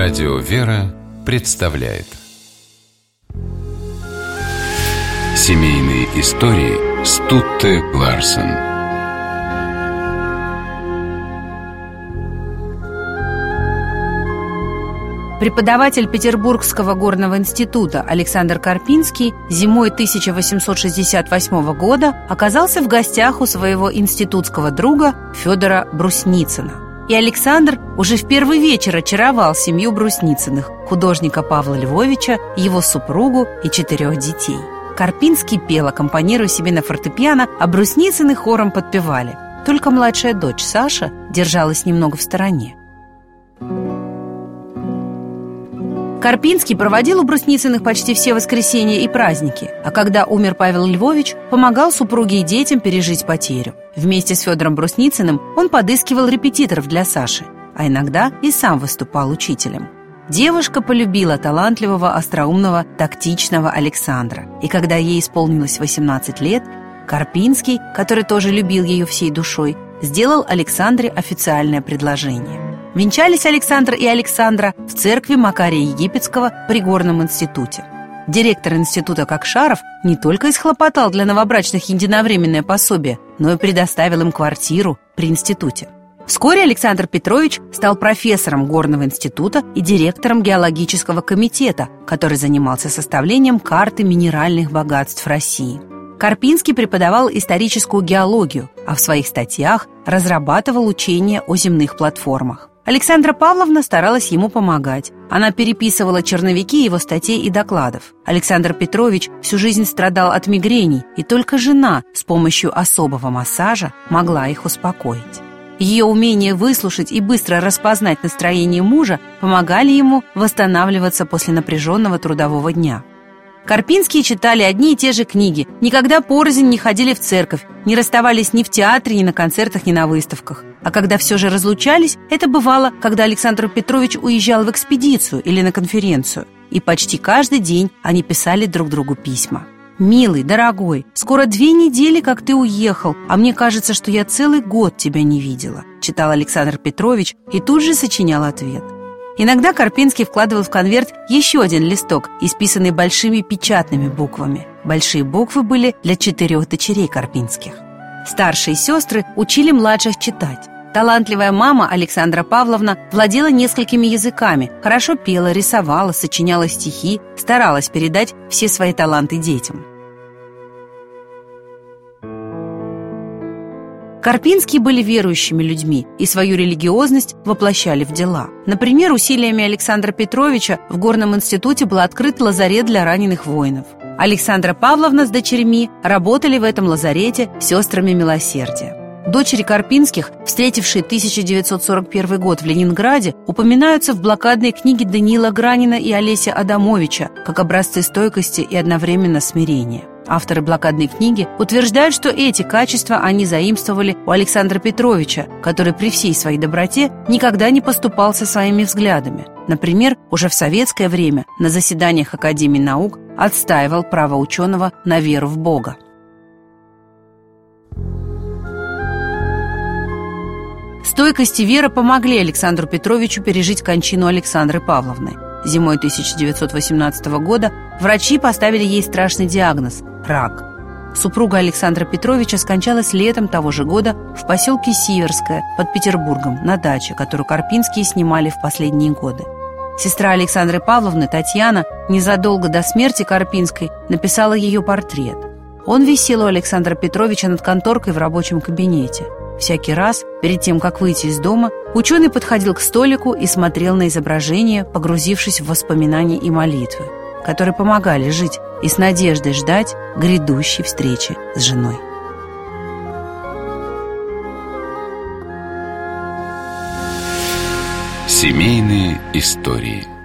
Радио «Вера» представляет Семейные истории Стутте Ларсен. Преподаватель Петербургского горного института Александр Карпинский зимой 1868 года оказался в гостях у своего институтского друга Федора Брусницына. И Александр уже в первый вечер очаровал семью Брусницыных, художника Павла Львовича, его супругу и 4 детей. Карпинский пел, аккомпанируя себе на фортепиано, а Брусницыны хором подпевали. Только младшая дочь Саша держалась немного в стороне. Карпинский проводил у Брусницыных почти все воскресенья и праздники, а когда умер Павел Львович, помогал супруге и детям пережить потерю. Вместе с Федором Брусницыным он подыскивал репетиторов для Саши, а иногда и сам выступал учителем. Девушка полюбила талантливого, остроумного, тактичного Александра, и когда ей исполнилось 18 лет, Карпинский, который тоже любил ее всей душой, сделал Александре официальное предложение. Венчались Александр и Александра в церкви Макария Египетского при Горном институте. Директор института Кокшаров не только исхлопотал для новобрачных единовременное пособие, но и предоставил им квартиру при институте. Вскоре Александр Петрович стал профессором Горного института и директором геологического комитета, который занимался составлением карты минеральных богатств России. Карпинский преподавал историческую геологию, а в своих статьях разрабатывал учения о земных платформах. Александра Павловна старалась ему помогать. Она переписывала черновики его статей и докладов. Александр Петрович всю жизнь страдал от мигрений, и только жена с помощью особого массажа могла их успокоить. Ее умение выслушать и быстро распознать настроение мужа помогали ему восстанавливаться после напряженного трудового дня. Карпинские читали одни и те же книги, никогда порознь не ходили в церковь, не расставались ни в театре, ни на концертах, ни на выставках. А когда все же разлучались, это бывало, когда Александр Петрович уезжал в экспедицию или на конференцию. И почти каждый день они писали друг другу письма. «Милый, дорогой, скоро 2 недели, как ты уехал, а мне кажется, что я целый год тебя не видела», читал Александр Петрович и тут же сочинял ответ. Иногда Карпинский вкладывал в конверт еще один листок, исписанный большими печатными буквами. Большие буквы были для 4 дочерей Карпинских. Старшие сестры учили младших читать. Талантливая мама Александра Павловна владела несколькими языками, хорошо пела, рисовала, сочиняла стихи, старалась передать все свои таланты детям. Карпинские были верующими людьми и свою религиозность воплощали в дела. Например, усилиями Александра Петровича в Горном институте был открыт лазарет для раненых воинов. Александра Павловна с дочерьми работали в этом лазарете сестрами милосердия. Дочери Карпинских, встретившие 1941 год в Ленинграде, упоминаются в блокадной книге Даниила Гранина и Олеся Адамовича как образцы стойкости и одновременно смирения. Авторы блокадной книги утверждают, что эти качества они заимствовали у Александра Петровича, который при всей своей доброте никогда не поступался своими взглядами. Например, уже в советское время на заседаниях Академии наук отстаивал право ученого на веру в Бога. Стойкость и вера помогли Александру Петровичу пережить кончину Александры Павловны. Зимой 1918 года врачи поставили ей страшный диагноз – рак. Супруга Александра Петровича скончалась летом того же года в поселке Сиверское под Петербургом на даче, которую Карпинские снимали в последние годы. Сестра Александры Павловны, Татьяна, незадолго до смерти Карпинской написала ее портрет. Он висел у Александра Петровича над конторкой в рабочем кабинете. Всякий раз, перед тем, как выйти из дома, ученый подходил к столику и смотрел на изображение, погрузившись в воспоминания и молитвы, которые помогали жить и с надеждой ждать грядущей встречи с женой. Семейные истории.